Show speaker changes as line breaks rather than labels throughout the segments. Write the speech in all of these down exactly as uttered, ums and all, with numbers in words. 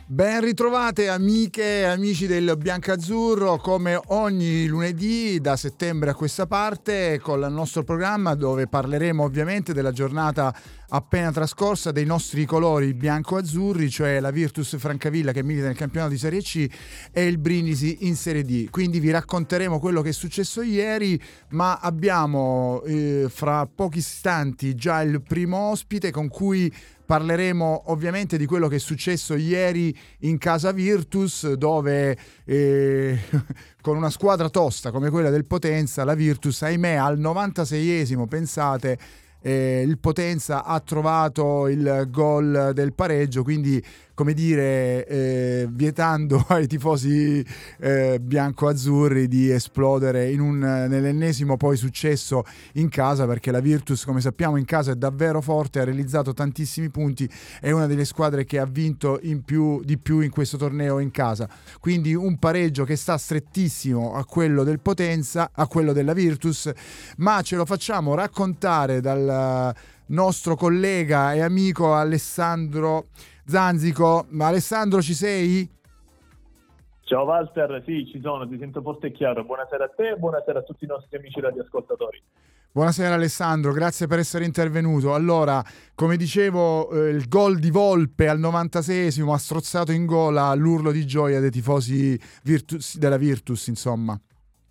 Ben ritrovate amiche e amici del Biancazzurro, come ogni lunedì da settembre a questa parte, con il nostro programma dove parleremo ovviamente della giornata appena trascorsa, dei nostri colori bianco-azzurri, cioè la Virtus Francavilla che milita nel campionato di Serie C e il Brindisi in Serie D. Quindi vi racconteremo quello che è successo ieri, ma abbiamo eh, fra pochi istanti già il primo ospite con cui parleremo ovviamente di quello che è successo ieri in casa Virtus, dove eh, con una squadra tosta come quella del Potenza, la Virtus, ahimè, al novantaseiesimo, pensate, eh, il Potenza ha trovato il gol del pareggio, quindi come dire, eh, vietando ai tifosi eh, bianco-azzurri di esplodere in un, nell'ennesimo poi successo in casa, perché la Virtus, come sappiamo, in casa è davvero forte, ha realizzato tantissimi punti, è una delle squadre che ha vinto in più, di più in questo torneo in casa, quindi un pareggio che sta strettissimo a quello del Potenza, a quello della Virtus, ma ce lo facciamo raccontare dal nostro collega e amico Alessandro Zanzico. Ma Alessandro, ci sei?
Ciao Walter, sì, ci sono, ti sento forte e chiaro. Buonasera a te e buonasera a tutti i nostri amici radioascoltatori.
Buonasera Alessandro, grazie per essere intervenuto. Allora, come dicevo, eh, il gol di Volpe al novantaseiesimo ha strozzato in gola l'urlo di gioia dei tifosi Virtus, della Virtus, insomma.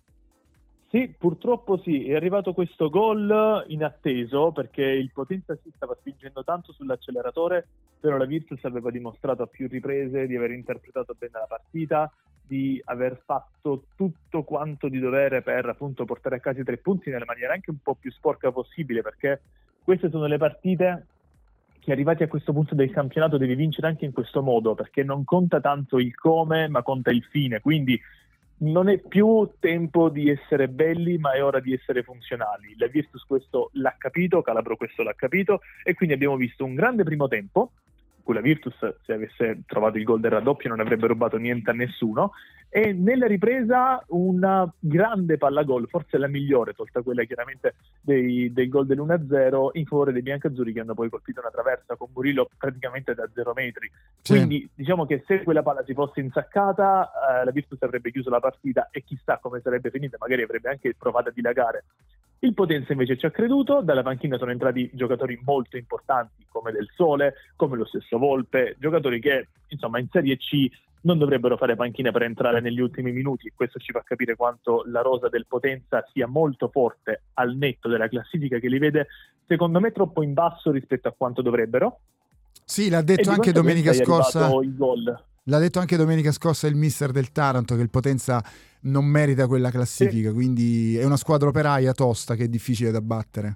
Sì, purtroppo sì, è arrivato questo gol inatteso perché il Potenza si stava spingendo tanto sull'acceleratore, però la Virtus aveva dimostrato a più riprese di aver interpretato bene la partita, di aver fatto tutto quanto di dovere per appunto portare a casa i tre punti nella maniera anche un po' più sporca possibile, perché queste sono le partite che arrivati a questo punto del campionato devi vincere anche in questo modo, perché non conta tanto il come ma conta il fine, quindi non è più tempo di essere belli, ma è ora di essere funzionali. La Virtus questo l'ha capito, Calabro questo l'ha capito, e quindi abbiamo visto un grande primo tempo, in cui la Virtus, se avesse trovato il gol del raddoppio, non avrebbe rubato niente a nessuno, e nella ripresa una grande palla gol, forse la migliore, tolta quella chiaramente dei, del gol dell'uno a zero, in favore dei biancazzurri, che hanno poi colpito una traversa con Murillo praticamente da zero metri.
Sì.
Quindi diciamo che se quella palla si fosse insaccata, eh, la Virtus avrebbe chiuso la partita e chissà come sarebbe finita, magari avrebbe anche provato a dilagare. Il Potenza invece ci ha creduto, dalla panchina sono entrati giocatori molto importanti come Del Sole, come lo stesso Volpe, giocatori che insomma in Serie C non dovrebbero fare panchina per entrare negli ultimi minuti, e questo ci fa capire quanto la rosa del Potenza sia molto forte al netto della classifica, che li vede secondo me troppo in basso rispetto a quanto dovrebbero.
Sì, l'ha detto anche domenica scorsa.
Il gol.
L'ha detto anche domenica scorsa il mister del Taranto, che il Potenza non merita quella classifica, sì. Quindi è una squadra operaia tosta che è difficile da battere.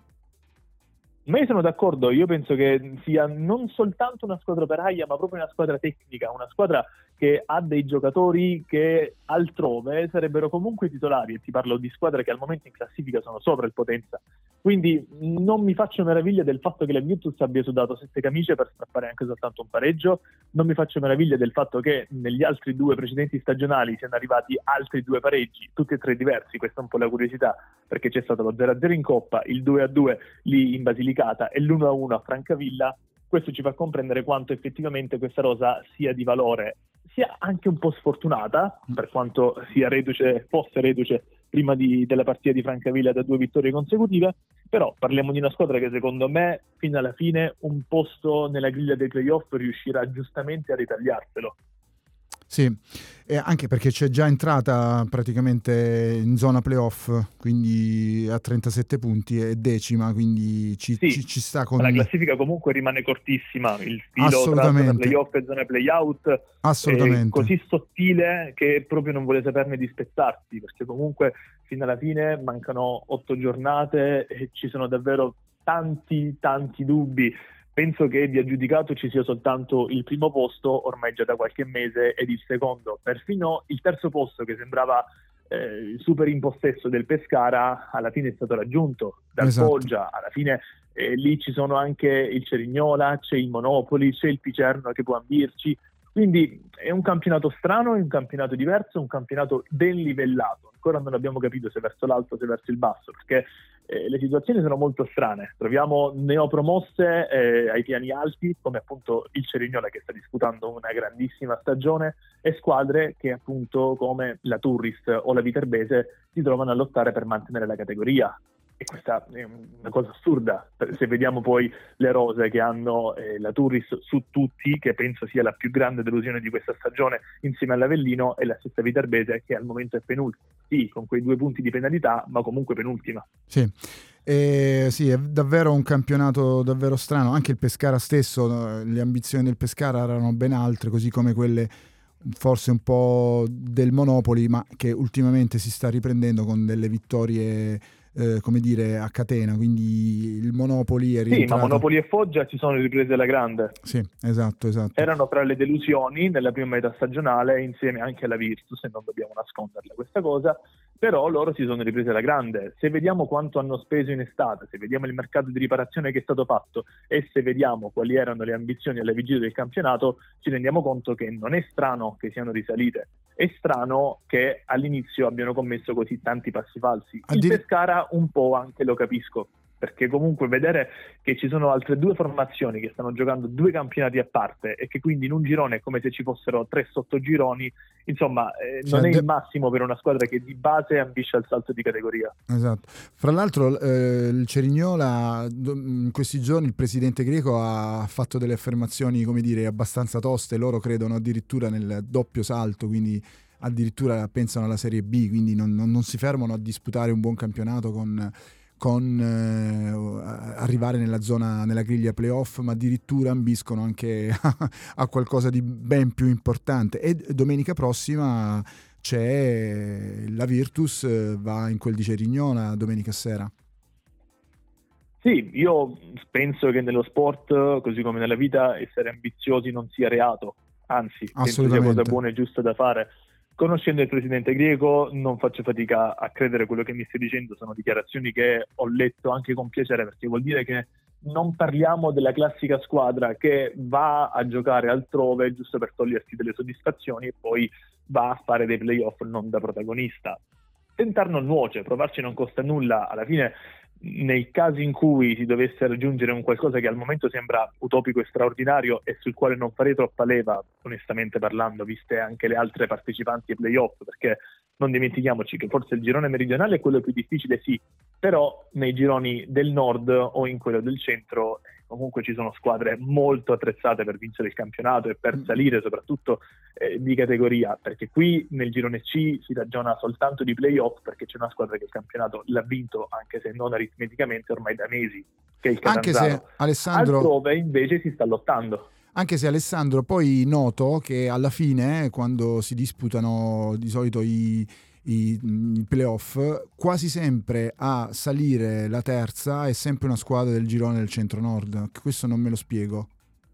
Ma io sono d'accordo, io penso che sia non soltanto una squadra operaia, ma proprio una squadra tecnica, una squadra che ha dei giocatori che altrove sarebbero comunque titolari, e ti parlo di squadre che al momento in classifica sono sopra il Potenza. Quindi non mi faccio meraviglia del fatto che la Virtus abbia sudato sette camicie per strappare anche soltanto un pareggio, non mi faccio meraviglia del fatto che negli altri due precedenti stagionali siano arrivati altri due pareggi, tutti e tre diversi. Questa è un po' la curiosità, perché c'è stato lo zero a zero in Coppa, il due a due lì in Basilicata e l'uno a uno a Francavilla. Questo ci fa comprendere quanto effettivamente questa rosa sia di valore, sia anche un po' sfortunata, per quanto sia reduce, fosse reduce prima di, della partita di Francavilla da due vittorie consecutive, però parliamo di una squadra che secondo me fino alla fine un posto nella griglia dei playoff riuscirà giustamente a ritagliarselo.
Sì, e anche perché c'è già entrata praticamente in zona playoff, quindi a trentasette punti è decima, quindi ci,
sì,
ci, ci sta con...
la classifica comunque rimane cortissima, il filo tra zona playoff e zona playout è così sottile che proprio non vuole saperne di spezzarsi, perché comunque fino alla fine mancano otto giornate e ci sono davvero tanti tanti dubbi. Penso che di aggiudicato ci sia soltanto il primo posto, ormai già da qualche mese, ed il secondo. Perfino il terzo posto, che sembrava eh, super in possesso del Pescara, alla fine è stato raggiunto dal esatto. Foggia. Alla fine eh, lì ci sono anche il Cerignola, c'è il Monopoli, c'è il Picerno che può ambirci. Quindi è un campionato strano, è un campionato diverso, un campionato ben livellato. Ancora non abbiamo capito se verso l'alto o se verso il basso, perché eh, le situazioni sono molto strane. Troviamo neopromosse eh, ai piani alti, come appunto il Cerignola, che sta disputando una grandissima stagione, e squadre che appunto come la Turris o la Viterbese si trovano a lottare per mantenere la categoria. E questa è una cosa assurda, se vediamo poi le rose che hanno eh, la Turris su tutti, che penso sia la più grande delusione di questa stagione insieme all'Avellino, e la stessa Viterbese che al momento è penultima, sì, con quei due punti di penalità, ma comunque penultima.
Sì. Eh, sì, è davvero un campionato davvero strano. Anche il Pescara stesso, le ambizioni del Pescara erano ben altre, così come quelle forse un po' del Monopoli, ma che ultimamente si sta riprendendo con delle vittorie Eh, come dire, a catena, quindi il Monopoli è rientrato.
Sì, ma Monopoli e Foggia si sono riprese alla grande.
Sì, esatto, esatto.
Erano tra le delusioni nella prima metà stagionale, insieme anche alla Virtus, e non dobbiamo nasconderla questa cosa, però loro si sono riprese alla grande. Se vediamo quanto hanno speso in estate, se vediamo il mercato di riparazione che è stato fatto, e se vediamo quali erano le ambizioni alla vigilia del campionato, ci rendiamo conto che non è strano che siano risalite. È strano che all'inizio abbiano commesso così tanti passi falsi. Il
Addir-
Pescara un po' anche lo capisco, perché comunque vedere che ci sono altre due formazioni che stanno giocando due campionati a parte e che quindi in un girone è come se ci fossero tre sottogironi, insomma eh,
cioè,
non è
de-
il massimo per una squadra che di base ambisce al salto di categoria.
Esatto. Fra l'altro eh, il Cerignola, in questi giorni il presidente greco ha fatto delle affermazioni, come dire, abbastanza toste. Loro credono addirittura nel doppio salto, quindi addirittura pensano alla Serie B, quindi non, non, non si fermano a disputare un buon campionato con, con eh, arrivare nella zona, nella griglia playoff, ma addirittura ambiscono anche a, a qualcosa di ben più importante. E domenica prossima c'è la Virtus, va in quel di Cerignola domenica sera.
Sì, io penso che nello sport, così come nella vita, essere ambiziosi non sia reato, anzi, penso sia cosa buona e giusta da fare. Conoscendo il presidente greco non faccio fatica a credere quello che mi stai dicendo, sono dichiarazioni che ho letto anche con piacere, perché vuol dire che non parliamo della classica squadra che va a giocare altrove giusto per togliersi delle soddisfazioni e poi va a fare dei playoff non da protagonista. Tentar non nuoce, provarci non costa nulla, alla fine nei casi in cui si dovesse raggiungere un qualcosa che al momento sembra utopico e straordinario e sul quale non farei troppa leva, onestamente parlando, viste anche le altre partecipanti ai playoff, perché non dimentichiamoci che forse il girone meridionale è quello più difficile, sì, però nei gironi del nord o in quello del centro comunque ci sono squadre molto attrezzate per vincere il campionato e per salire soprattutto eh, di categoria, perché qui nel girone C si ragiona soltanto di playoff, perché c'è una squadra che il campionato l'ha vinto, anche se non aritmeticamente, ormai da mesi, che è il Catanzaro.
Anche se Alessandro...
Altrove invece si sta lottando.
Anche se Alessandro, poi noto che alla fine, quando si disputano di solito i, i, i playoff, quasi sempre a salire la terza è sempre una squadra del girone del centro-nord. Questo non me lo spiego.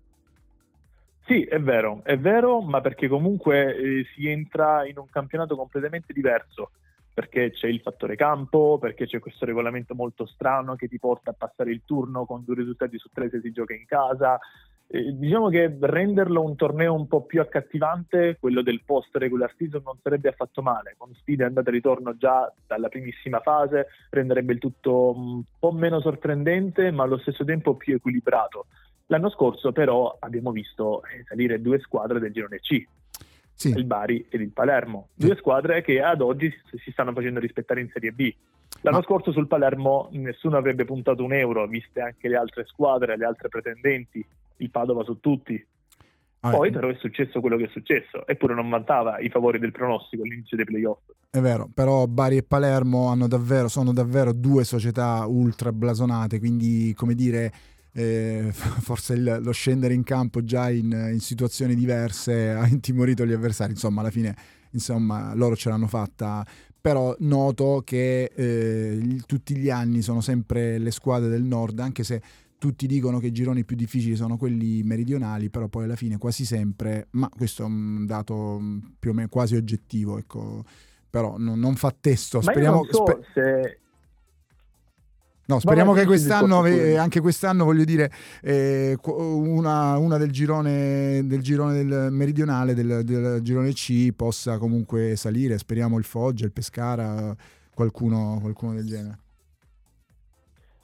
Sì, è vero, è vero, ma perché comunque eh, si entra in un campionato completamente diverso, perché c'è il fattore campo, perché c'è questo regolamento molto strano che ti porta a passare il turno con due risultati su tre se si gioca in casa. Eh, diciamo che renderlo un torneo un po' più accattivante, quello del post regular season, non sarebbe affatto male, con sfide andata e ritorno già dalla primissima fase, renderebbe il tutto un po' meno sorprendente ma allo stesso tempo più equilibrato. L'anno scorso però abbiamo visto salire due squadre del girone C, sì. Il Bari ed il Palermo, due sì. squadre che ad oggi si stanno facendo rispettare in Serie B. L'anno Ma... scorso sul Palermo nessuno avrebbe puntato un euro, viste anche le altre squadre, le altre pretendenti, il Padova su tutti. Ah, Poi però è successo quello che è successo, eppure non vantava i favori del pronostico all'inizio dei playoff.
È vero, però Bari e Palermo hanno davvero, sono davvero due società ultra blasonate, quindi come dire... Eh, forse il, lo scendere in campo già in, in situazioni diverse ha intimorito gli avversari, insomma alla fine insomma loro ce l'hanno fatta, però noto che eh, il, tutti gli anni sono sempre le squadre del nord, anche se tutti dicono che i gironi più difficili sono quelli meridionali, però poi alla fine quasi sempre, ma questo è un dato più o meno quasi oggettivo, ecco, però non, non fa testo.
Ma
speriamo,
io non so
sper-
se
No, speriamo che quest'anno, eh, anche quest'anno, voglio dire, eh, una, una del girone del girone del meridionale, del, del girone C, possa comunque salire. Speriamo il Foggia, il Pescara, qualcuno, qualcuno del genere.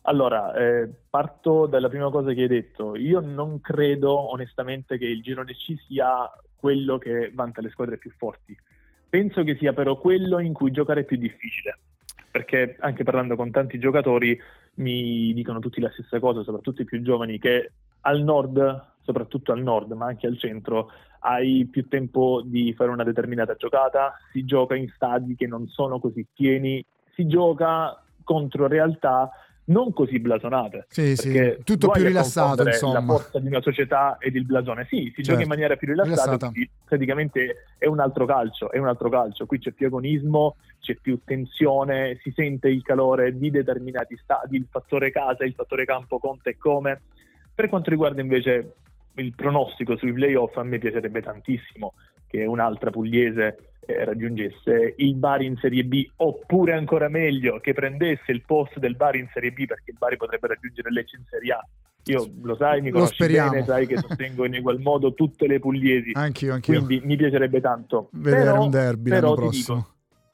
Allora, eh, parto dalla prima cosa che hai detto. Io non credo onestamente che il girone C sia quello che vanta le squadre più forti. Penso che sia però quello in cui giocare è più difficile, perché anche parlando con tanti giocatori mi dicono tutti la stessa cosa, soprattutto i più giovani, che al nord, soprattutto al nord, ma anche al centro, hai più tempo di fare una determinata giocata, si gioca in stadi che non sono così pieni, si gioca contro realtà non così blasonate,
Sì, sì,
perché
tutto più
guai a
rilassato,
confondere la
insomma.
forza di una società ed il blasone. Sì, si gioca in
Certo,
maniera più rilassata,
rilassata.
quindi praticamente è un altro calcio, è un altro calcio. Qui c'è più agonismo, c'è più tensione, si sente il calore di determinati stadi, il fattore casa, il fattore campo conta e come. Per quanto riguarda invece il pronostico sui playoff, a me piacerebbe tantissimo che un'altra pugliese eh, raggiungesse il Bari in Serie B, oppure ancora meglio che prendesse il posto del Bari in Serie B, perché il Bari potrebbe raggiungere il Lecce in Serie A. Io lo sai, mi
Lo
conosci bene,
speriamo.
sai che sostengo in egual modo tutte le pugliesi,
Anch'io, anch'io.
quindi mi piacerebbe tanto.
Vedere un
Però,
derby l'anno
però ti
prossimo.
dico,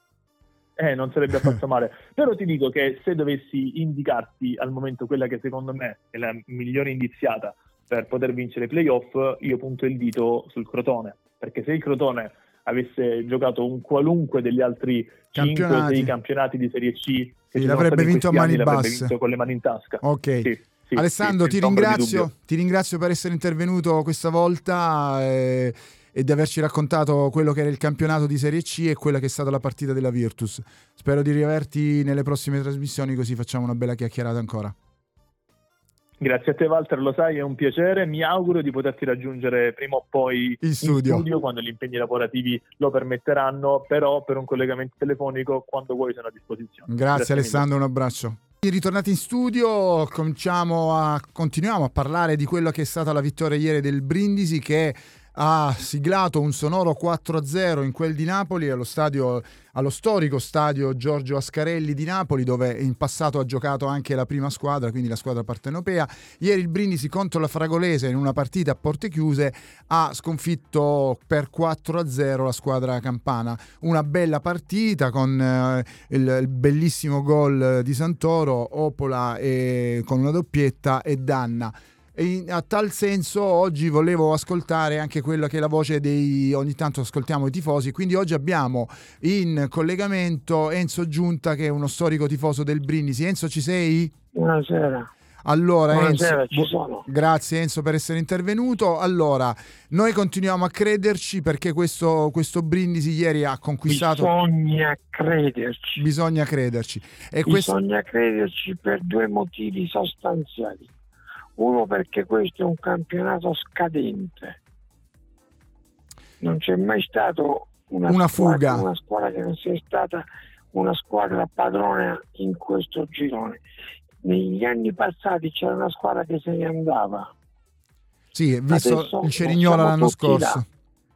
eh, non sarebbe affatto male. Però ti dico che se dovessi indicarti al momento quella che secondo me è la migliore indiziata per poter vincere i playoff, io punto il dito sul Crotone, perché se il Crotone avesse giocato un qualunque degli altri cinque o sei
Campionati.
campionati di Serie C che
Sì,
ci sono
l'avrebbe
stati in
vinto a
questi
mani
anni, l'avrebbe
basse.
vinto con le mani in tasca.
Ok.
Sì, sì,
Alessandro,
sì,
ti
senza ombra di dubbio.
ringrazio, ti ringrazio per essere intervenuto questa volta eh, e di averci raccontato quello che era il campionato di Serie C e quella che è stata la partita della Virtus. Spero di riaverti nelle prossime trasmissioni, così facciamo una bella chiacchierata ancora.
Grazie a te Walter, lo sai, è un piacere, mi auguro di poterti raggiungere prima o poi
In studio.
in studio quando gli impegni lavorativi lo permetteranno, però per un collegamento telefonico quando vuoi sono a disposizione.
Grazie,
Grazie
Alessandro,
mille.
un abbraccio. Ritornati in studio, cominciamo a, continuiamo a parlare di quello che è stata la vittoria ieri del Brindisi, che ha siglato un sonoro quattro a zero in quel di Napoli, allo stadio, allo storico stadio Giorgio Ascarelli di Napoli, dove in passato ha giocato anche la prima squadra, quindi la squadra partenopea. Ieri il Brindisi contro la Fragolese, in una partita a porte chiuse, ha sconfitto per quattro a zero la squadra campana. Una bella partita con eh, il, il bellissimo gol di Santoro, Opola e, con una doppietta, e Danna. E in, a tal senso oggi volevo ascoltare anche quella che è la voce dei, ogni tanto ascoltiamo i tifosi, quindi oggi abbiamo in collegamento Enzo Giunta, che è uno storico tifoso del Brindisi. Enzo, ci sei?
Buonasera.
Allora,
Buonasera,
Enzo,
ci sono.
grazie Enzo per essere intervenuto. Allora, noi continuiamo a crederci, perché questo, questo Brindisi ieri ha conquistato.
Bisogna crederci.
Bisogna crederci. E
Bisogna
questo...
crederci per due motivi sostanziali. Uno, perché questo è un campionato scadente. Non c'è mai stato una,
una
squadra,
fuga.
una squadra che non sia stata una squadra padrona in questo girone. Negli anni passati c'era una squadra che se ne andava.
Sì, visto
Adesso
il Cerignola l'anno scorso.
Là.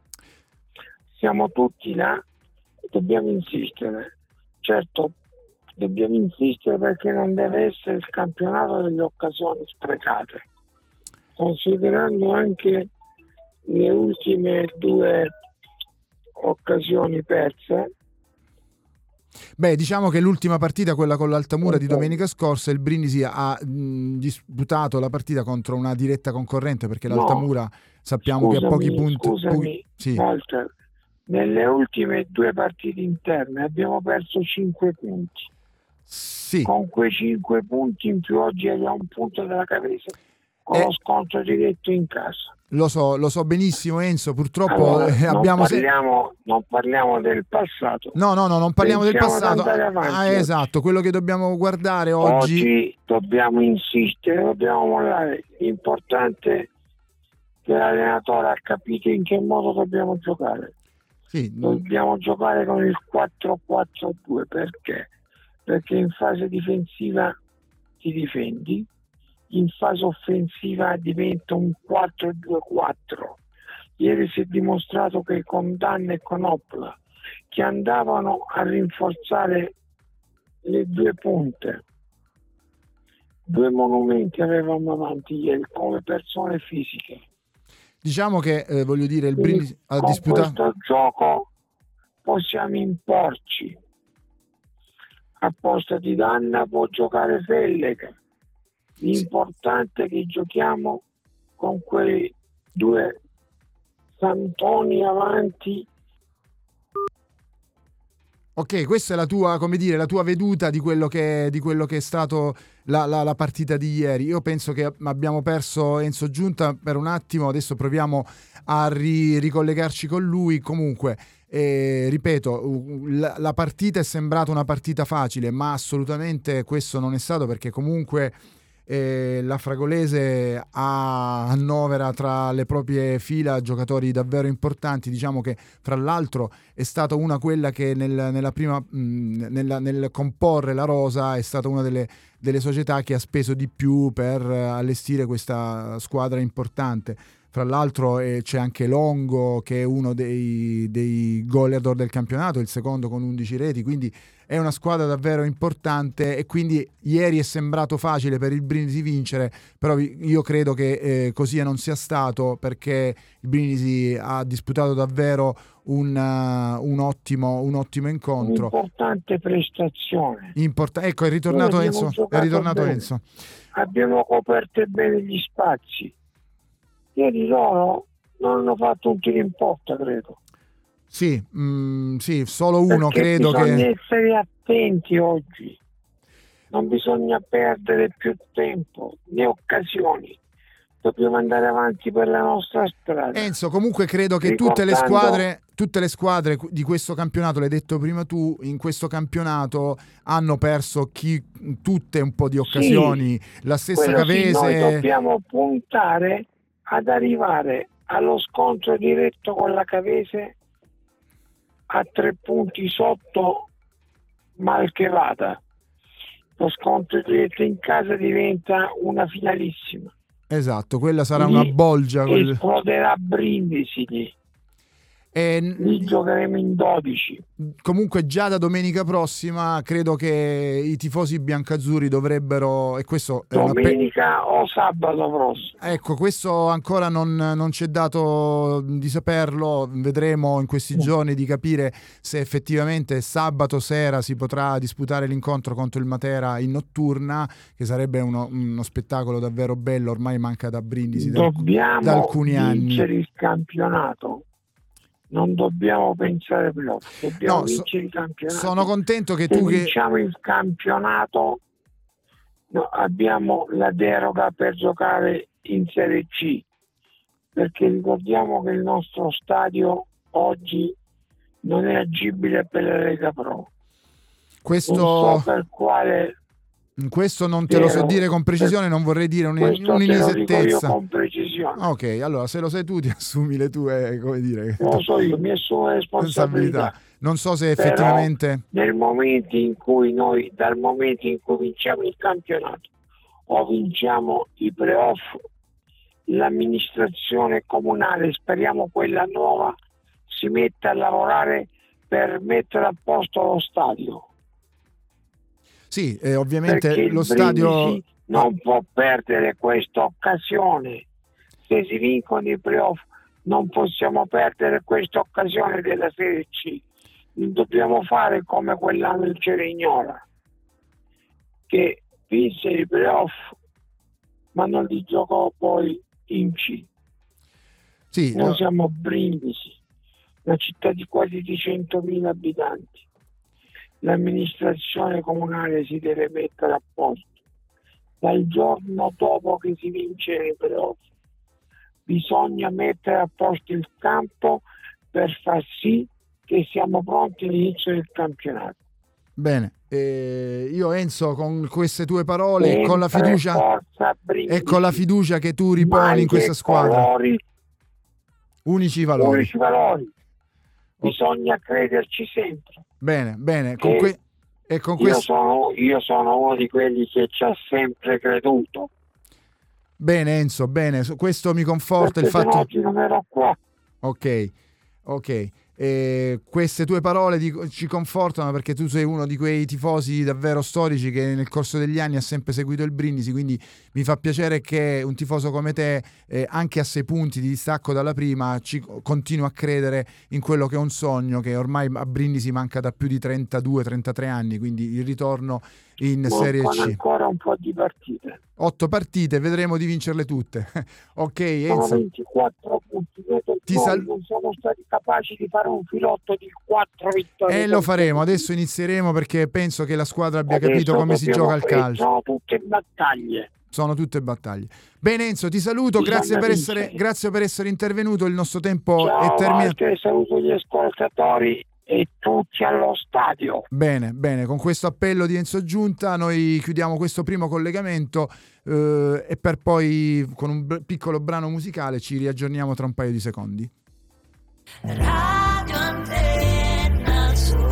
Siamo tutti là e dobbiamo insistere. Certo, dobbiamo insistere perché non deve essere il campionato delle occasioni sprecate, considerando anche le ultime due occasioni perse.
Beh, diciamo che l'ultima partita, quella con l'Altamura di domenica scorsa, il Brindisi ha mh, disputato la partita contro una diretta concorrente, perché
no,
l'Altamura sappiamo
scusami,
che ha pochi punti.
Scusami,
pochi, sì.
Walter, nelle ultime due partite interne abbiamo perso cinque punti.
Sì.
Con quei cinque punti in più oggi abbiamo un punto della Cavese con eh, lo scontro diretto in casa.
Lo so, lo so benissimo Enzo, purtroppo
allora,
eh,
non
abbiamo
parliamo, se... non parliamo del passato.
No, no, no, non parliamo
Pensiamo
del passato.
Avanti,
ah, esatto, quello che dobbiamo guardare oggi.
Oggi dobbiamo insistere, dobbiamo mollare. L'importante è che l'allenatore ha capito in che modo dobbiamo giocare.
Sì.
Dobbiamo giocare con il quattro quattro due, perché? Perché in fase difensiva ti difendi, in fase offensiva diventa un quattro due quattro. Ieri si è dimostrato che con Danna e con Opla, che andavano a rinforzare le due punte, due monumenti avevamo avanti ieri come persone fisiche.
Diciamo che eh, voglio dire, il Brindisi ha
con
disputato.
Questo gioco possiamo imporci. A posto di Danna può giocare Fellega, L'importante è che giochiamo con quei due santoni avanti.
Ok, questa è la tua, come dire, la tua veduta di quello che, di quello che è stato la, la, la partita di ieri. Io penso che abbiamo perso Enzo Giunta per un attimo, adesso proviamo a ri, ricollegarci con lui. Comunque, eh, ripeto, la, la partita è sembrata una partita facile, ma assolutamente questo non è stato, perché comunque eh, la Fragolese ha annovera tra le proprie fila giocatori davvero importanti. Diciamo che fra l'altro è stata una quella che nel, nella prima mh, nella, nel comporre la rosa è stata una delle, delle società che ha speso di più per allestire questa squadra importante. Fra l'altro eh, c'è anche Longo, che è uno dei, dei goleador del campionato, il secondo con undici reti, quindi è una squadra davvero importante, e quindi ieri è sembrato facile per il Brindisi vincere, però io credo che eh, così non sia stato, perché il Brindisi ha disputato davvero un, uh, un, ottimo, un ottimo incontro.
Un'importante prestazione.
Import- ecco, è ritornato Enzo. È ritornato
bene.
Enzo.
Abbiamo coperto bene gli spazi. Ieri loro non hanno fatto un tiro in porta, credo.
Sì, mh, sì, solo uno.
Perché
credo
bisogna
che...
essere attenti oggi, non bisogna perdere più tempo né occasioni, dobbiamo andare avanti per la nostra strada.
Enzo, comunque credo che
Ricordando...
tutte le squadre tutte le squadre di questo campionato, l'hai detto prima tu, in questo campionato hanno perso chi, tutte un po' di occasioni, sì, la stessa Cavese.
Sì, noi dobbiamo puntare ad arrivare allo scontro diretto con la Cavese a tre punti sotto mal che vada. Lo scontro diretto in casa diventa una finalissima.
Esatto, quella sarà
lì
una bolgia. Quel...
esploderà Brindisi lì. E... lì giocheremo in dodici.
Comunque già da domenica prossima credo che i tifosi biancazzurri dovrebbero, e questo è
domenica
una...
o sabato prossimo.
Ecco, questo ancora non, non c'è dato di saperlo, vedremo in questi giorni di capire se effettivamente sabato sera si potrà disputare l'incontro contro il Matera in notturna, che sarebbe uno, uno spettacolo davvero bello, ormai manca da Brindisi da, da alcuni anni.
Dobbiamo vincere il campionato. Non dobbiamo pensare più, dobbiamo
no,
vincere
so,
il campionato.
Sono contento che
Se
tu che
vinciamo il campionato, no, abbiamo la deroga per giocare in Serie C, perché ricordiamo che il nostro stadio oggi non è agibile per la Lega Pro.
Questo...
non so per quale.
Questo non te lo so dire con precisione, non vorrei dire un, un'inesattezza.
Con precisione.
Ok, allora se lo sai tu ti assumi le tue, come dire,
lo so io, mi assumo le responsabilità.
Non so se effettivamente.
Però, nel momento in cui noi, dal momento in cui vinciamo il campionato o vinciamo i playoff, l'amministrazione comunale, speriamo quella nuova, si mette a lavorare per mettere a posto lo stadio.
Sì, eh, ovviamente
perché
lo stadio
non può perdere questa occasione. Se si vincono i playoff non possiamo perdere questa occasione della Serie C. Dobbiamo fare come quell'anno il Cerignola, che vinse i playoff ma non li giocò poi in C.
Sì,
noi
no.
siamo Brindisi, una città di quasi di centomila abitanti. L'amministrazione comunale si deve mettere a posto. Dal giorno dopo che si vince i playoff bisogna mettere a posto il campo per far sì che siamo pronti all'inizio del campionato.
Bene, eh, io Enzo con queste tue parole e con la fiducia e con la fiducia che tu riponi in questa squadra,
colori,
unici valori,
unici valori. Bisogna crederci sempre.
Bene, bene. Con que- e con
io,
questo...
sono, io sono uno di quelli che ci ha sempre creduto.
Bene Enzo, bene. Questo mi conforta
perché
il fatto.
Oggi non ero qua.
Ok, ok. E queste tue parole di, ci confortano, perché tu sei uno di quei tifosi davvero storici che nel corso degli anni ha sempre seguito il Brindisi, quindi mi fa piacere che un tifoso come te, eh, anche a sei punti di distacco dalla prima, ci continua a credere in quello che è un sogno che ormai a Brindisi manca da più di trentadue trentatré anni, quindi il ritorno in
Mancano
Serie C.
ancora un po' di partite.
Otto partite, vedremo di vincerle tutte. Ok,
Sono
Enzo.
ventiquattro punti.
Ti sal-
non siamo stati capaci di fare un filotto di quattro vittorie.
E lo faremo, adesso inizieremo, perché penso che la squadra abbia
Adesso
capito come si gioca al calcio.
Sono tutte battaglie.
Sono tutte battaglie. Bene Enzo, ti saluto,
Bisogna
grazie per,
vincere.
essere, grazie per essere intervenuto, il nostro tempo
Ciao,
è terminato.
Walter, saluto gli ascoltatori e tutti allo stadio.
Bene, bene, con questo appello di Enzo Giunta noi chiudiamo questo primo collegamento eh, e per poi con un b- piccolo brano musicale ci riaggiorniamo tra un paio di secondi.
Radio Antenna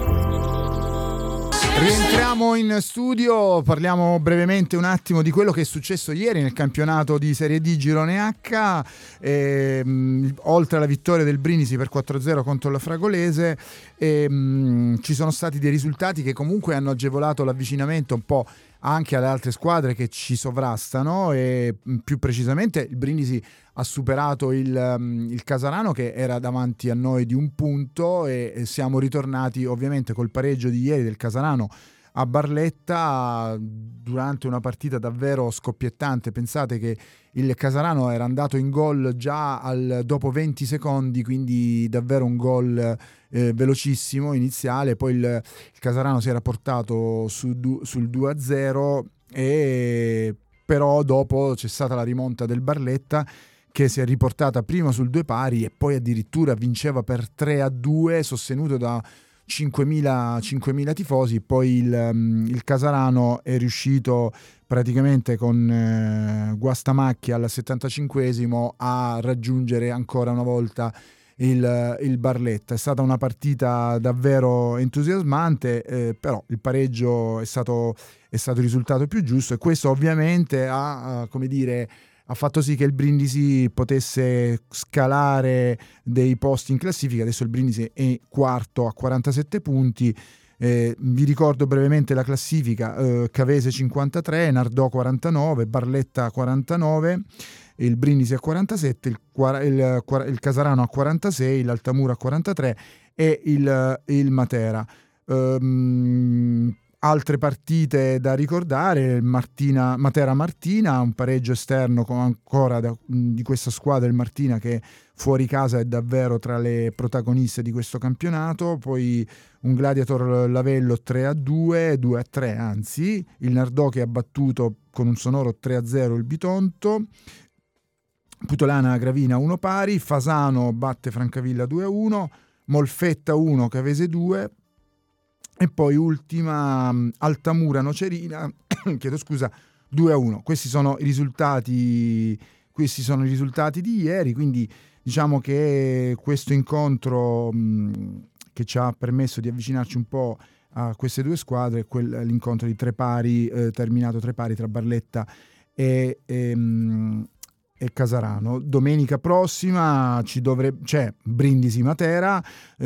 Rientriamo in studio, parliamo brevemente un attimo di quello che è successo ieri nel campionato di Serie D Girone H, ehm, oltre alla vittoria del Brindisi per quattro a zero contro la Fragolese, ehm, ci sono stati dei risultati che comunque hanno agevolato l'avvicinamento un po' anche alle altre squadre che ci sovrastano, e più precisamente il Brindisi ha superato il, il Casarano, che era davanti a noi di un punto, e, e siamo ritornati ovviamente col pareggio di ieri del Casarano a Barletta durante una partita davvero scoppiettante. Pensate che il Casarano era andato in gol già al, dopo venti secondi, quindi davvero un gol eh, velocissimo iniziale, poi il, il Casarano si era portato su, du, sul due a zero, e però dopo c'è stata la rimonta del Barletta, che si è riportata prima sul due pari e poi addirittura vinceva per tre a due, sostenuto da cinquemila tifosi. Poi il, il Casarano è riuscito praticamente con eh, guastamacchia al settantacinquesimo a raggiungere ancora una volta il, il Barletta. È stata una partita davvero entusiasmante, eh, però il pareggio è stato, è stato il risultato più giusto, e questo ovviamente ha, ha come dire ha fatto sì che il Brindisi potesse scalare dei posti in classifica. Adesso il Brindisi è quarto a quarantasette punti. Eh, vi ricordo brevemente la classifica: eh, Cavese cinquantatré, Nardò quarantanove, Barletta quarantanove, il Brindisi a quarantasette, il, il, il Casarano a quarantasei, l'Altamura a quarantatré e il, il Matera. Um, Altre partite da ricordare: Martina, Matera-Martina, un pareggio esterno con ancora da, di questa squadra, il Martina, che fuori casa è davvero tra le protagoniste di questo campionato. Poi un Gladiator Lavello tre a due, due a tre anzi, il Nardò che ha battuto con un sonoro tre a zero il Bitonto, Putolana Gravina uno pari, Fasano batte Francavilla due a uno, Molfetta uno, Cavese due, e poi ultima Altamura Nocerina chiedo scusa due a uno. Questi sono i risultati questi sono i risultati di ieri, quindi diciamo che questo incontro mh, che ci ha permesso di avvicinarci un po' a queste due squadre, quel, l'incontro di tre pari eh, terminato tre pari tra Barletta e, e, mh, e Casarano. Domenica prossima ci dovrebbe c'è Brindisi Matera,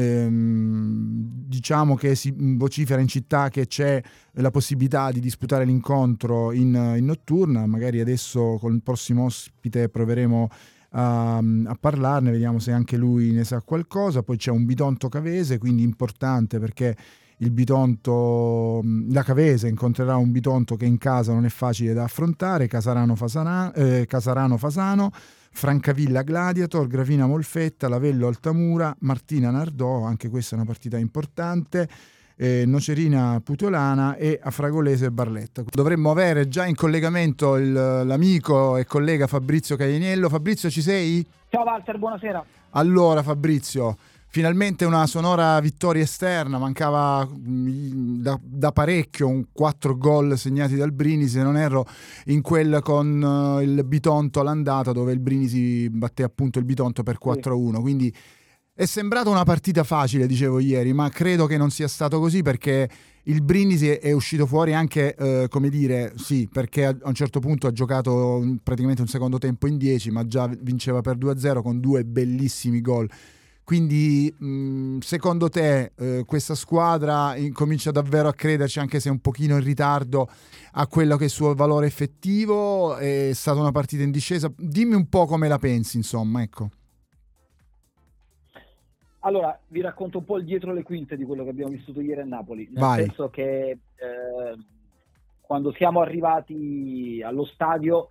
ehm, diciamo che si vocifera in città che c'è la possibilità di disputare l'incontro in, in notturna. Magari adesso con il prossimo ospite proveremo a, a parlarne, vediamo se anche lui ne sa qualcosa. Poi c'è un Bitonto Cavese, quindi importante, perché il Bitonto, la Cavese incontrerà un Bitonto che in casa non è facile da affrontare, Casarano Fasana, eh, Casarano Fasano, Francavilla Gladiator, Gravina Molfetta, Lavello Altamura, Martina Nardò, anche questa è una partita importante, eh, Nocerina Putolana e a Fragolese Barletta. Dovremmo avere già in collegamento il, l'amico e collega Fabrizio Caianiello. Fabrizio, ci sei?
Ciao Walter, buonasera.
Allora Fabrizio, finalmente una sonora vittoria esterna, mancava da, da parecchio, un quattro gol segnati dal Brindisi, se non erro, in quel con uh, il Bitonto all'andata, dove il Brindisi batté appunto il Bitonto per quattro a uno, quindi è sembrata una partita facile, dicevo ieri, ma credo che non sia stato così, perché il Brindisi è uscito fuori anche, eh, come dire, sì, perché a un certo punto ha giocato praticamente un secondo tempo in dieci, ma già vinceva per due a zero con due bellissimi gol. quindi mh, secondo te eh, questa squadra incomincia davvero a crederci, anche se un pochino in ritardo, a quello che è il suo valore effettivo? È stata una partita in discesa, dimmi un po' come la pensi, insomma, ecco.
Allora, vi racconto un po' il dietro le quinte di quello che abbiamo vissuto ieri a Napoli, nel
Vai.
senso che eh, quando siamo arrivati allo stadio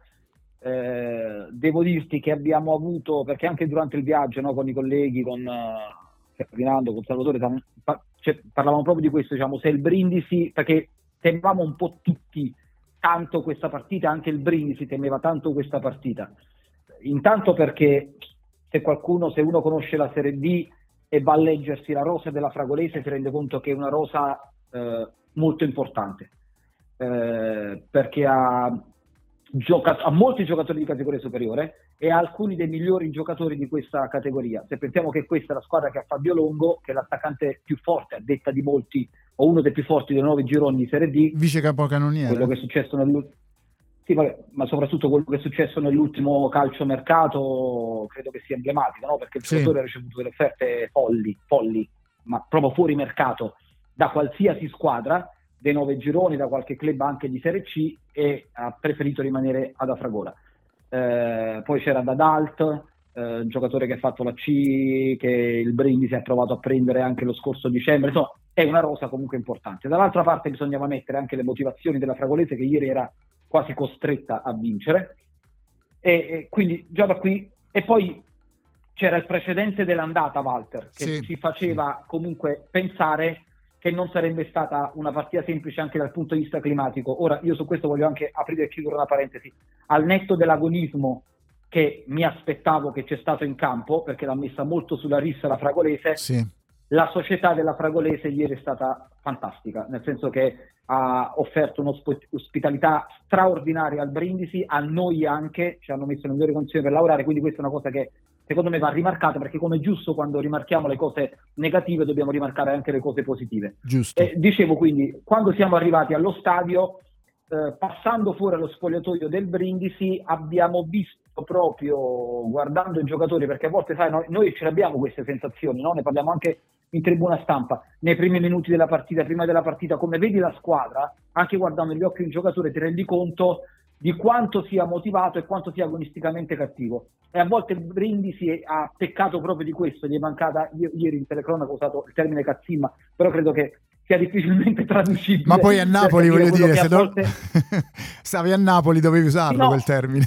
eh, devo dirti che abbiamo avuto, perché anche durante il viaggio, no, con i colleghi, con uh, Ferdinando, con Salvatore, tam- pa- cioè, parlavamo proprio di questo, diciamo, se il Brindisi, perché temevamo un po' tutti tanto questa partita, anche il Brindisi temeva tanto questa partita, intanto perché se qualcuno, se uno conosce la Serie D e va a leggersi la rosa della Fragolese, si rende conto che è una rosa eh, molto importante, eh, perché ha, gioca- ha molti giocatori di categoria superiore e ha alcuni dei migliori giocatori di questa categoria. Se pensiamo che questa è la squadra che ha Fabio Longo, che è l'attaccante più forte, a detta di molti, o uno dei più forti dei nuovi gironi di Serie D,
Vice capocannoniere.
quello che è successo nell'ultimo Sì, vabbè, ma soprattutto quello che è successo nell'ultimo calciomercato credo che sia emblematico, no? Perché il
Sì.
giocatore ha ricevuto delle offerte folli, folli, ma proprio fuori mercato, da qualsiasi squadra, dei nove gironi, da qualche club anche di Serie C, e ha preferito rimanere ad Afragola. Eh, poi c'era Dadalt, eh, un giocatore che ha fatto la C, che il Brindisi ha provato a prendere anche lo scorso dicembre, insomma è una rosa comunque importante. Dall'altra parte bisognava mettere anche le motivazioni della Fragolese, che ieri era quasi costretta a vincere, e, e quindi già da qui, e poi c'era il precedente dell'andata, Walter, che
Sì.
ci faceva comunque pensare che non sarebbe stata una partita semplice anche dal punto di vista climatico. Ora io su questo voglio anche aprire e chiudere una parentesi, al netto dell'agonismo che mi aspettavo che c'è stato in campo, perché l'ha messa molto sulla rissa la Fragolese,
Sì.
la società della Fragolese ieri è stata fantastica, nel senso che ha offerto un'ospitalità straordinaria al Brindisi, a noi anche, ci hanno messo le migliori condizioni per lavorare, quindi questa è una cosa che secondo me va rimarcata, perché come è giusto quando rimarchiamo le cose negative dobbiamo rimarcare anche le cose positive.
Giusto.
E dicevo, quindi, quando siamo arrivati allo stadio, eh, passando fuori allo spogliatoio del Brindisi, abbiamo visto proprio, guardando i giocatori, perché a volte sai, noi, noi ce l'abbiamo queste sensazioni, no? Ne parliamo anche in tribuna stampa, nei primi minuti della partita, prima della partita, come vedi la squadra, anche guardando negli occhi di un giocatore ti rendi conto di quanto sia motivato e quanto sia agonisticamente cattivo. E a volte il Brindisi ha peccato proprio di questo, gli è mancata, io, ieri in telecronaca ho usato il termine cazzimma, però credo che sia difficilmente traducibile.
Ma poi a Napoli, voglio dire, se do...
volte...
stavi a Napoli dovevi usarlo, no, quel termine.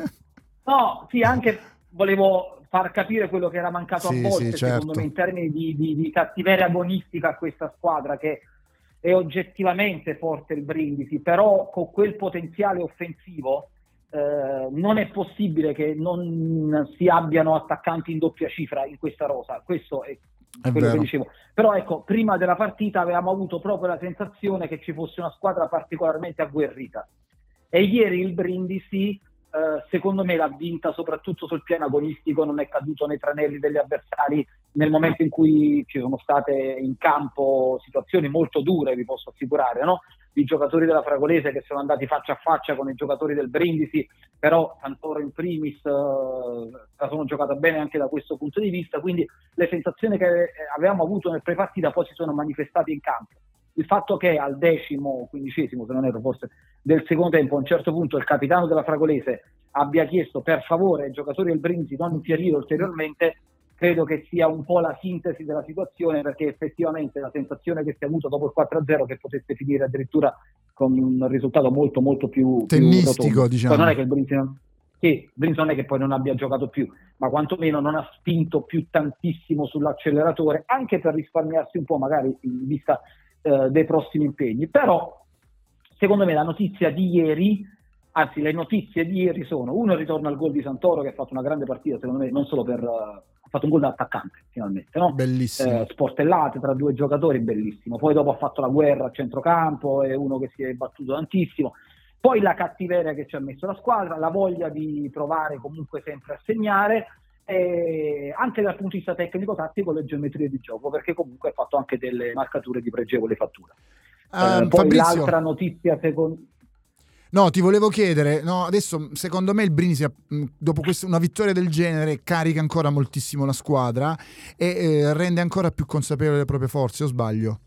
No, sì, anche volevo far capire quello che era mancato
sì,
a volte,
sì, certo.
secondo me, in termini di, di, di cattiveria agonistica a questa squadra, che è oggettivamente forte il Brindisi, però con quel potenziale offensivo eh, non è possibile che non si abbiano attaccanti in doppia cifra in questa rosa. Questo è,
è
quello
vero.
che dicevo. Però ecco, prima della partita avevamo avuto proprio la sensazione che ci fosse una squadra particolarmente agguerrita, e ieri il Brindisi Uh, secondo me l'ha vinta soprattutto sul piano agonistico, non è caduto nei tranelli degli avversari nel momento in cui ci sono state in campo situazioni molto dure, vi posso assicurare, no? I giocatori della Fragolese che sono andati faccia a faccia con i giocatori del Brindisi, però Santoro in primis uh, la sono giocata bene anche da questo punto di vista, quindi le sensazioni che avevamo avuto nel pre-partita poi si sono manifestate in campo. Il fatto che al decimo, quindicesimo, se non erro, forse del secondo tempo, a un certo punto il capitano della Fragolese abbia chiesto per favore ai giocatori del Brindisi non infierire ulteriormente, credo che sia un po' la sintesi della situazione, perché effettivamente la sensazione che si è avuto dopo il quattro a zero che potesse finire addirittura con un risultato molto molto più
tennistico,
più
diciamo.
Poi non è che il Brindisi non... Sì, il Brindisi non è che poi non abbia giocato più, ma quantomeno non ha spinto più tantissimo sull'acceleratore, anche per risparmiarsi un po' magari in vista eh, dei prossimi impegni. Però secondo me la notizia di ieri, anzi le notizie di ieri sono: uno, il ritorno al gol di Santoro, che ha fatto una grande partita secondo me, non solo per uh, ha fatto un gol da attaccante finalmente, no?
Bellissimo.
Eh, sportellate tra due giocatori, bellissimo. Poi dopo ha fatto la guerra a centrocampo, è uno che si è battuto tantissimo. Poi la cattiveria che ci ha messo la squadra, la voglia di provare comunque sempre a segnare, e anche dal punto di vista tecnico-tattico le geometrie di gioco, perché comunque ha fatto anche delle marcature di pregevole fattura.
Um,
eh, poi
Fabrizio,
l'altra notizia secondo
No, ti volevo chiedere, no, adesso secondo me il Brindisi dopo questa, una vittoria del genere carica ancora moltissimo la squadra e eh, rende ancora più consapevole le proprie forze, o sbaglio?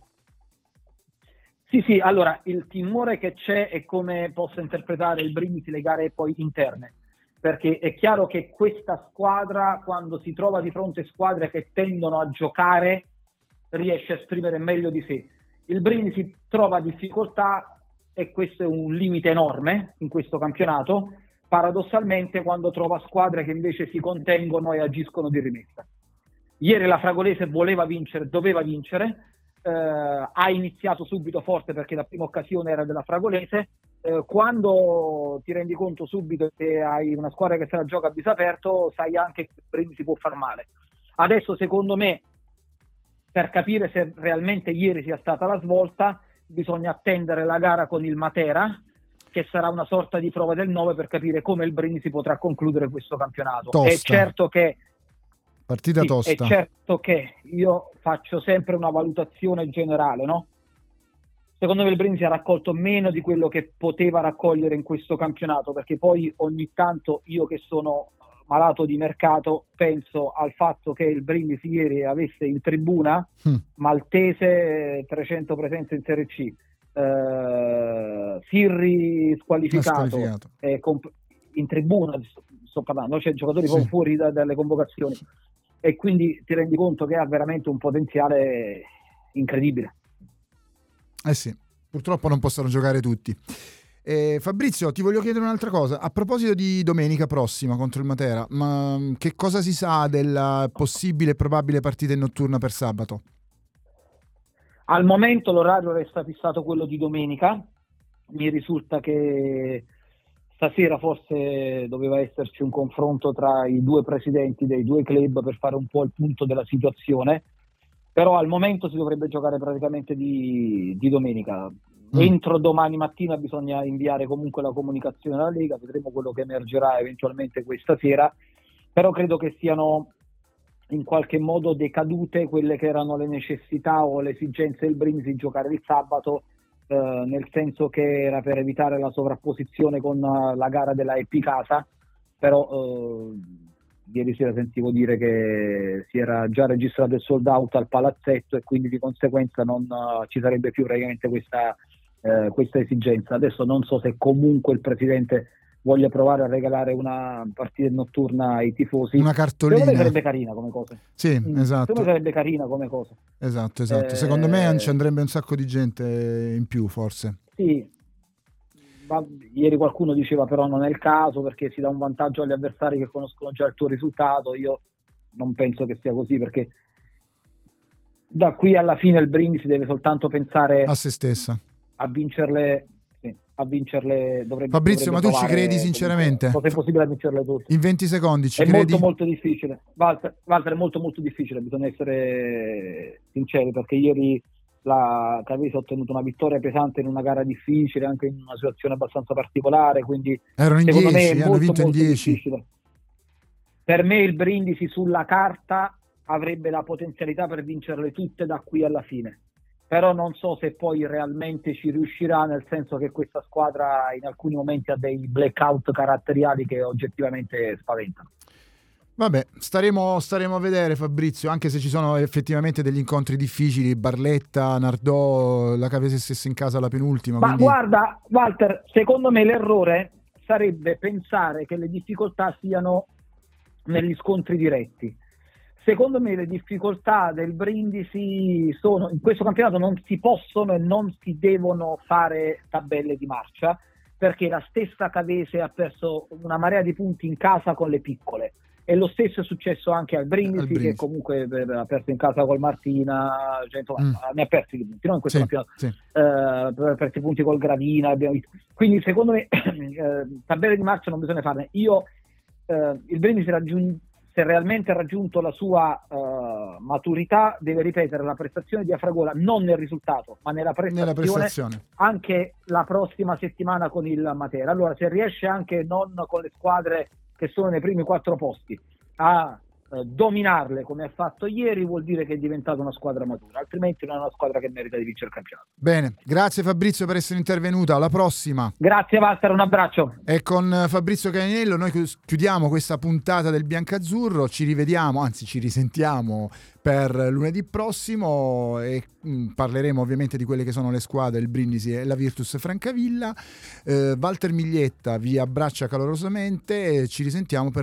Sì, sì, allora il timore che c'è è come possa interpretare il Brindisi le gare poi interne, perché è chiaro che questa squadra, quando si trova di fronte a squadre che tendono a giocare, riesce a esprimere meglio di sé. Il Brindisi trova difficoltà e questo è un limite enorme in questo campionato, paradossalmente quando trova squadre che invece si contengono e agiscono di rimessa. Ieri la Fragolese voleva vincere, doveva vincere, eh, ha iniziato subito forte perché la prima occasione era della Fragolese. Eh, quando ti rendi conto subito che hai una squadra che se la gioca a viso aperto, sai anche che il Brindisi può far male. Adesso secondo me, per capire se realmente ieri sia stata la svolta, bisogna attendere la gara con il Matera, che sarà una sorta di prova del nove per capire come il Brindisi potrà concludere questo campionato.
Tosta.
È certo che
Partita
sì,
tosta.
è certo che io faccio sempre una valutazione generale, no? Secondo me il Brindisi ha raccolto meno di quello che poteva raccogliere in questo campionato, perché poi ogni tanto io che sono malato di mercato penso al fatto che il Brindisi ieri avesse in tribuna
Mm.
Maltese trecento presenze in Serie C, eh, Sirri squalificato,
Squalificato.
eh, comp- in tribuna sto, sto parlando, c'è giocatori
Sì.
proprio fuori da- dalle convocazioni, e quindi ti rendi conto che ha veramente un potenziale incredibile.
Eh sì, purtroppo non possono giocare tutti. Eh, Fabrizio, ti voglio chiedere un'altra cosa. A proposito di domenica prossima contro il Matera, ma che cosa si sa della possibile e probabile partita in notturna per sabato?
Al momento l'orario resta fissato quello di domenica. Mi risulta che stasera forse doveva esserci un confronto tra i due presidenti dei due club per fare un po' il punto della situazione, però al momento si dovrebbe giocare praticamente di, di domenica.
Mm.
Entro domani mattina bisogna inviare comunque la comunicazione alla Lega, vedremo quello che emergerà eventualmente questa sera, però credo che siano in qualche modo decadute quelle che erano le necessità o le esigenze del Brindisi di giocare il sabato, eh, nel senso che era per evitare la sovrapposizione con uh, la gara della Epicasa, però eh, ieri sera sentivo dire che si era già registrato il sold out al palazzetto e quindi di conseguenza non uh, ci sarebbe più praticamente questa, uh, questa esigenza. Adesso non so se comunque il presidente voglia provare a regalare una partita notturna ai tifosi.
Una cartolina.
Secondo me sarebbe carina come cosa.
Sì,
Mm,
esatto.
Secondo me sarebbe carina come cosa.
Esatto, esatto.
Eh,
Secondo me ci andrebbe un sacco di gente in più, forse.
Sì. Ma ieri qualcuno diceva però non è il caso perché si dà un vantaggio agli avversari che conoscono già il tuo risultato. Io non penso che sia così, perché da qui alla fine il Brindisi deve soltanto pensare
A se stessa.
a vincerle, sì, a vincerle dovrebbe,
Fabrizio,
dovrebbe
ma tu ci
provare
credi sinceramente?
comunque, se è possibile, a vincerle tutte.
In venti secondi ci
È
credi?
molto molto difficile, Walter, Walter, è molto molto difficile, bisogna essere sinceri, perché ieri la Cavese ha ottenuto una vittoria pesante in una gara difficile, anche in una situazione abbastanza particolare, quindi
Erano in
secondo me
dieci,
è
hanno
molto,
vinto in
molto
dieci.
difficile. Per me il Brindisi sulla carta avrebbe la potenzialità per vincerle tutte da qui alla fine, però non so se poi realmente ci riuscirà, nel senso che questa squadra in alcuni momenti ha dei blackout caratteriali che oggettivamente spaventano.
Vabbè, staremo, staremo a vedere, Fabrizio, anche se ci sono effettivamente degli incontri difficili, Barletta, Nardò, la Cavese stessa in casa alla penultima.
Ma
quindi...
guarda, Walter, secondo me l'errore sarebbe pensare che le difficoltà siano negli scontri diretti. Secondo me le difficoltà del Brindisi sono, in questo campionato non si possono e non si devono fare tabelle di marcia, perché la stessa Cavese ha perso una marea di punti in casa con le piccole. E lo stesso è successo anche al Brindisi,
Al Brindisi.
che comunque eh, ha perso in casa col Martina, cioè, insomma,
Mm.
ne ha persi di punti, no? In questo
Sì,
campionato.
sì.
Eh, ha perso i punti col Gravina, abbiamo visto. Quindi secondo me eh, tabelle di marcia non bisogna farne. Io, eh, il Brindisi raggiun- se realmente ha raggiunto la sua eh, maturità, deve ripetere la prestazione di Afragola, non nel risultato, ma nella prestazione,
Nella prestazione.
anche la prossima settimana con il Matera. Allora, se riesce anche non con le squadre che sono nei primi quattro posti a eh, dominarle come ha fatto ieri, vuol dire che è diventata una squadra matura, altrimenti non è una squadra che merita di vincere il campionato.
Bene, grazie Fabrizio per essere intervenuto, alla prossima.
Grazie Walter, un abbraccio.
E con Fabrizio Caninello noi chiudiamo questa puntata del Biancazzurro, ci rivediamo, anzi ci risentiamo per lunedì prossimo e mh, parleremo ovviamente di quelle che sono le squadre, il Brindisi e la Virtus Francavilla. eh, Walter Miglietta vi abbraccia calorosamente e ci risentiamo per